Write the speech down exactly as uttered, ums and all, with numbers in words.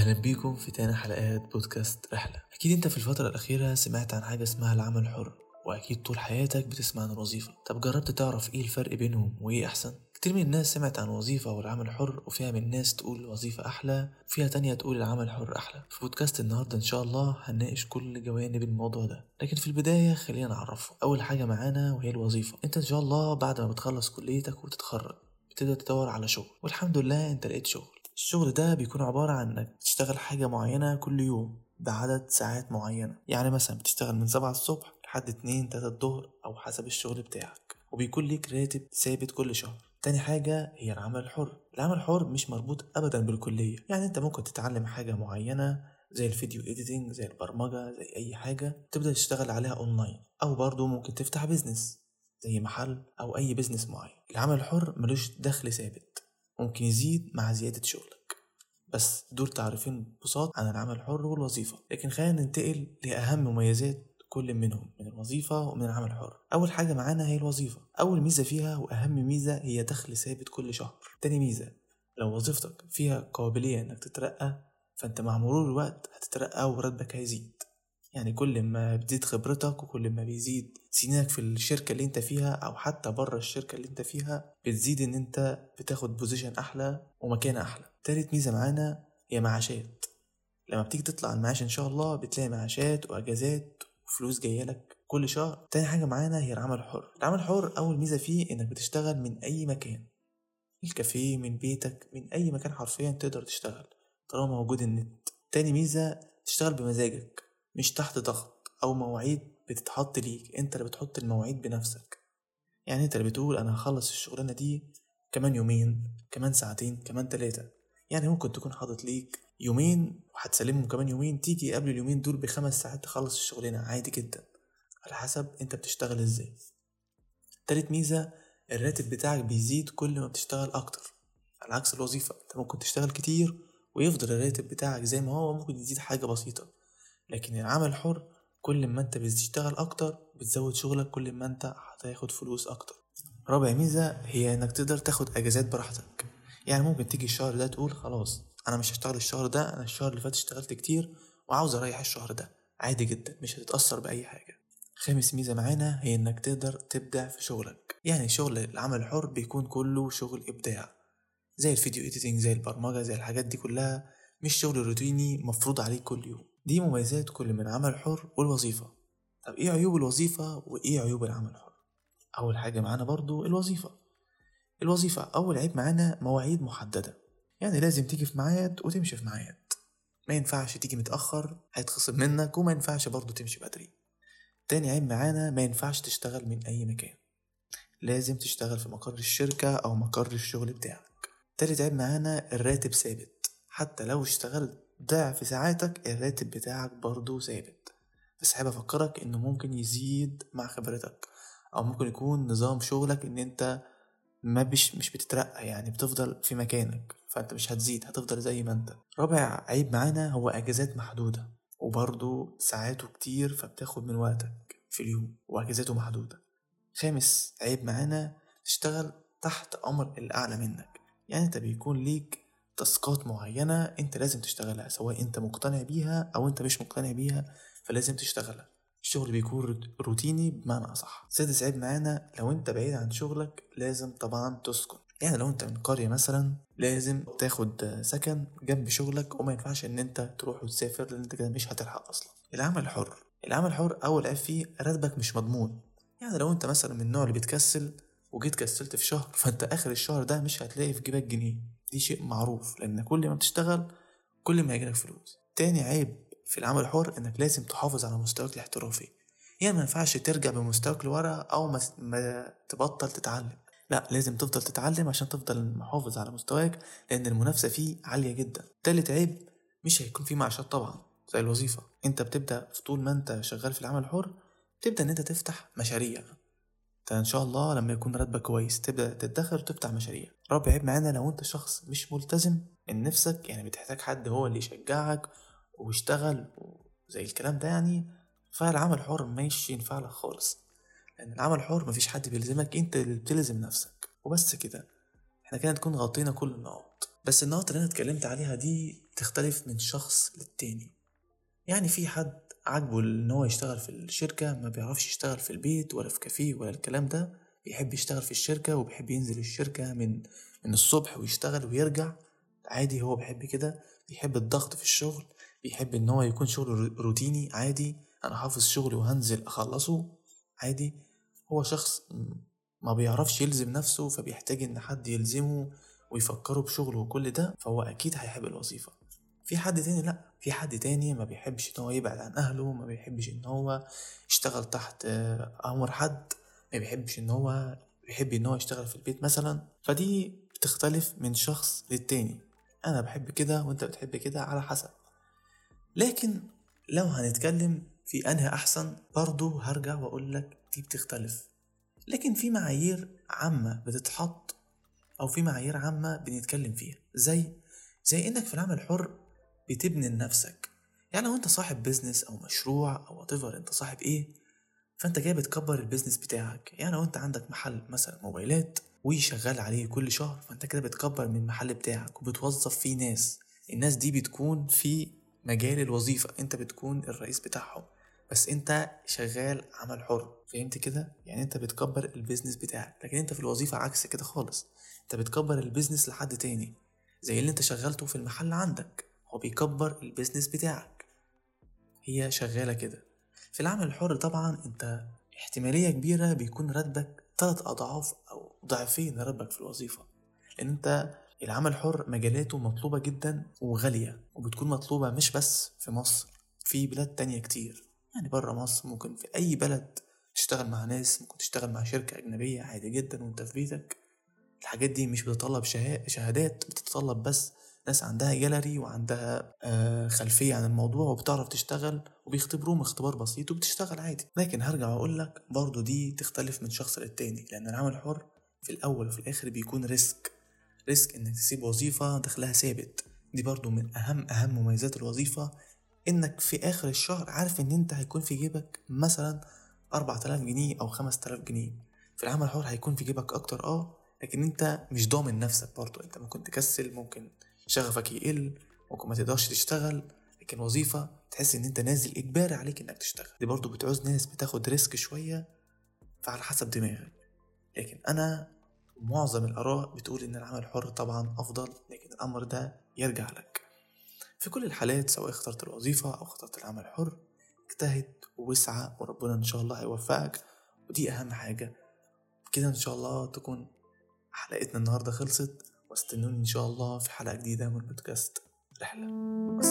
أهلا بيكم في تاني حلقات بودكاست رحلة. أكيد أنت في الفترة الأخيرة سمعت عن حاجة اسمها العمل الحر، وأكيد طول حياتك بتسمع عن الوظيفة. طب جربت تعرف إيه الفرق بينهم وإيه أحسن؟ كتير من الناس سمعت عن وظيفة والعمل الحر، وفيها من الناس تقول الوظيفة أحلى وفيها تانية تقول العمل الحر أحلى. في بودكاست النهاردة إن شاء الله هنناقش كل جوانب الموضوع ده، لكن في البداية خلينا نعرفه. أول حاجة معانا وهي الوظيفة. أنت إن شاء الله بعد ما بتخلص كليتك وتتخرج بتبدأ تدور على شغل، والحمد لله أنت لقيت شغل. الشغل ده بيكون عبارة عن انك تشتغل حاجة معينة كل يوم بعدد ساعات معينة، يعني مثلا بتشتغل من سبعة الصبح لحد اتنين تلاتة الظهر او حسب الشغل بتاعك، وبيكون ليك راتب ثابت كل شهر. تاني حاجة هي العمل الحر. العمل الحر مش مربوط ابدا بالكلية، يعني انت ممكن تتعلم حاجة معينة زي الفيديو إيديتنج، زي البرمجة، زي اي حاجة تبدأ تشتغل عليها اونلاين، او برضو ممكن تفتح بيزنس زي محل او اي بيزنس معين. العمل الحر ملوش دخل ثابت، ممكن يزيد مع زيادة شغلك. بس دول تعريفين بساط عن العمل الحر والوظيفة، لكن خلينا ننتقل لأهم مميزات كل منهم، من الوظيفة ومن العمل الحر. أول حاجة معانا هي الوظيفة. أول ميزة فيها وأهم ميزة هي دخل ثابت كل شهر. تاني ميزة، لو وظيفتك فيها قابلية إنك تترقى، فأنت مع مرور الوقت هتترقى وراتبك هيزيد. يعني كل ما بتزيد خبرتك وكل ما بيزيد سنينك في الشركة اللي انت فيها او حتى بره الشركة اللي انت فيها، بتزيد ان انت بتاخد بوزيشن احلى ومكان احلى. تالت ميزة معانا هي معاشات. لما بتيجي تطلع المعاش ان شاء الله بتلاقي معاشات واجازات وفلوس جايه لك كل شهر. تاني حاجة معانا هي العمل الحر. العمل الحر اول ميزة فيه انك بتشتغل من اي مكان، من الكافيه، من بيتك، من اي مكان حرفيا تقدر تشتغل طالما موجود النت. تاني ميزة تشتغل بمزاجك، مش تحت ضغط او مواعيد بتتحط ليك، انت اللي بتحط المواعيد بنفسك. يعني انت اللي بتقول انا هخلص الشغلانة دي كمان يومين، كمان ساعتين، كمان تلاتة. يعني ممكن تكون حاطط ليك يومين وهتسلمهم كمان يومين، تيجي قبل اليومين دول بخمس ساعات تخلص الشغلانة عادي جدا، على حسب انت بتشتغل ازاي. تالت ميزة، الراتب بتاعك بيزيد كل ما بتشتغل اكتر، على عكس الوظيفة انت ممكن تشتغل كتير ويفضل الراتب بتاعك زي ما هو، ممكن يزيد حاجة بسيطة. لكن العمل الحر كل ما انت بتشتغل اكتر بتزود شغلك، كل ما انت هتاخد فلوس اكتر. رابع ميزة هي انك تقدر تاخد اجازات براحتك. يعني ممكن تيجي الشهر ده تقول خلاص انا مش هشتغل الشهر ده، انا الشهر اللي فات اشتغلت كتير وعاوز اريح الشهر ده، عادي جدا مش هتتأثر بأي حاجة. خامس ميزة معانا هي انك تقدر تبدع في شغلك. يعني شغل العمل الحر بيكون كله شغل ابداع، زي الفيديو إيديتنج، زي البرمجة، زي الحاجات دي كلها، مش شغل روتيني مفروض عليك كل يوم. دي مميزات كل من العمل الحر والوظيفة. طب ايه عيوب الوظيفة وايه عيوب العمل الحر؟ اول حاجة معانا برضو الوظيفة. الوظيفة اول عيب معانا مواعيد محددة، يعني لازم تيجي في ميعاد وتمشي في ميعاد، ما ينفعش تيجي متأخر هيتخصم منك، وما ينفعش برضو تمشي بدري. تاني عيب معانا ما ينفعش تشتغل من اي مكان، لازم تشتغل في مقر الشركة او مقر الشغل بتاعك. تالت عيب معانا الراتب ثابت، حتى لو اشتغلت ضعف ساعاتك الراتب بتاعك برضو ثابت، بس حابب افكرك انه ممكن يزيد مع خبرتك، او ممكن يكون نظام شغلك ان انت ما بش مش بتترقى، يعني بتفضل في مكانك، فانت مش هتزيد، هتفضل زي ما انت. رابع عيب معانا هو اجازات محدودة، وبرضو ساعاته كتير فبتاخد من وقتك في اليوم، واجازاته محدودة. خامس عيب معانا تشتغل تحت امر الاعلى منك، يعني انت بيكون ليك تاسكات معينة انت لازم تشتغلها، سواء انت مقتنع بيها او انت مش مقتنع بيها فلازم تشتغلها. الشغل بيكون روتيني بمعنى اصح. سادس عيب معانا لو انت بعيد عن شغلك لازم طبعا تسكن، يعني لو انت من قرية مثلا لازم تاخد سكن جنب شغلك، وما ينفعش ان انت تروح وتسافر لان انت كده مش هتلحق اصلا. العمل الحر. العمل الحر اول عيب فيه راتبك مش مضمون، يعني لو انت مثلا من النوع اللي بتكسل وجيت كسلت في شهر، فانت اخر الشهر ده مش هتلاقي في جيبك جنيه، دي شيء معروف، لان كل ما بتشتغل كل ما يجيلك فلوس. تاني عيب في العمل الحر انك لازم تحافظ على مستواك الاحترافي، يعني ما ينفعش ترجع بمستواك لورا او ما, ما تبطل تتعلم، لا لازم تفضل تتعلم عشان تفضل محافظ على مستواك، لان المنافسة فيه عالية جدا. تالت عيب مش هيكون فيه معاشات طبعا زي الوظيفة، انت بتبدأ في طول ما انت شغال في العمل الحر تبدأ ان انت تفتح مشاريع، ان شاء الله لما يكون راتبك كويس تبدأ تدخر وتفتح مشاريع. رابع عيب معانا لو انت شخص مش ملتزم من نفسك، يعني بتحتاج حد هو اللي يشجعك ويشتغل زي الكلام ده، يعني فالعمل الحر مش ينفع لك خالص، لان العمل الحر مفيش حد بيلزمك، انت اللي بتلزم نفسك وبس كده. احنا كده نكون غطينا كل النقاط، بس النقط اللي انا اتكلمت عليها دي بتختلف من شخص للتاني. يعني في حد عاجبه ان هو يشتغل في الشركة، ما بيعرفش يشتغل في البيت ولا في كافيه ولا الكلام ده، بيحب يشتغل في الشركة وبيحب ينزل الشركة من من الصبح ويشتغل ويرجع عادي، هو بيحب كده. بيحب الضغط في الشغل، بيحب ان هو يكون شغله روتيني عادي، انا حافظ شغلي وهنزل اخلصه عادي. هو شخص ما بيعرفش يلزم نفسه، فبيحتاج ان حد يلزمه ويفكره بشغله وكل ده، فهو اكيد هيحب الوظيفة. في حد تاني لا، في حد تاني ما بيحبش ان هو يبعد عن اهله، ما بيحبش ان هو يشتغل تحت امر حد، ما بيحبش ان هو بيحب ان هو يشتغل في البيت مثلا. فدي بتختلف من شخص للتاني، انا بحب كده وانت بتحب كده على حسب. لكن لو هنتكلم في انهي احسن، برضو هرجع واقول لك دي بتختلف. لكن في معايير عامة بتتحط، او في معايير عامة بنتكلم فيها، زي زي انك في العمل الحر بتبني لنفسك. يعني لو انت صاحب بيزنس او مشروع او whatever انت صاحب ايه، فانت جاي بتكبر البيزنس بتاعك. يعني لو انت عندك محل مثلا موبايلات وشغال عليه كل شهر، فانت كده بتكبر من المحل بتاعك وبتوظف فيه ناس. الناس دي بتكون في مجال الوظيفة، انت بتكون الرئيس بتاعهم، بس انت شغال عمل حر. فهمت كده؟ يعني انت بتكبر البيزنس بتاعك، لكن انت في الوظيفة عكس كده خالص، انت بتكبر البيزنس لحد تاني. زي اللي انت شغلته في المحل عندك، هو بيكبر البيزنس بتاعك، هي شغالة كده. في العمل الحر طبعا انت احتمالية كبيرة بيكون راتبك ثلاث اضعاف او ضعفين راتبك في الوظيفة، لان انت العمل الحر مجالاته مطلوبة جدا وغالية، وبتكون مطلوبة مش بس في مصر، في بلاد تانية كتير. يعني برا مصر ممكن في اي بلد تشتغل مع ناس، ممكن تشتغل مع شركة اجنبية عادي جدا وانت في بيتك. الحاجات دي مش بتطلب شهادات، بتتطلب بس ناس عندها جالري وعندها آه خلفية عن الموضوع وبتعرف تشتغل، وبيختبروهم اختبار بسيط وبتشتغل عادي. لكن هرجع واقول لك برضو دي تختلف من شخص للتاني، لان العمل الحر في الاول وفي الاخر بيكون ريسك. ريسك انك تسيب وظيفة دخلها ثابت، دي برضو من اهم اهم مميزات الوظيفة، انك في اخر الشهر عارف ان انت هيكون في جيبك مثلا اربعة آلاف جنيه او خمسة آلاف جنيه. في العمل الحر هيكون في جيبك اكتر اه، لكن انت مش ضامن نفسك برضو، انت ممكن تكسل، ممكن شغفك يقل، ممكن ما تقدرش تشتغل. لكن وظيفة تحس ان انت نازل اجباري عليك انك تشتغل، دي برضو بتعوز ناس بتاخد ريسك شوية، فعلى حسب دماغك. لكن انا معظم الاراء بتقول ان العمل الحر طبعا افضل، لكن الامر ده يرجع لك. في كل الحالات سواء اخترت الوظيفة او اخترت العمل الحر، اجتهد واسعى وربنا ان شاء الله هيوفقك، ودي اهم حاجة. كده ان شاء الله تكون حلقتنا النهاردة خلصت، واستنوني ان شاء الله في حلقة جديدة من بودكاست رحلة.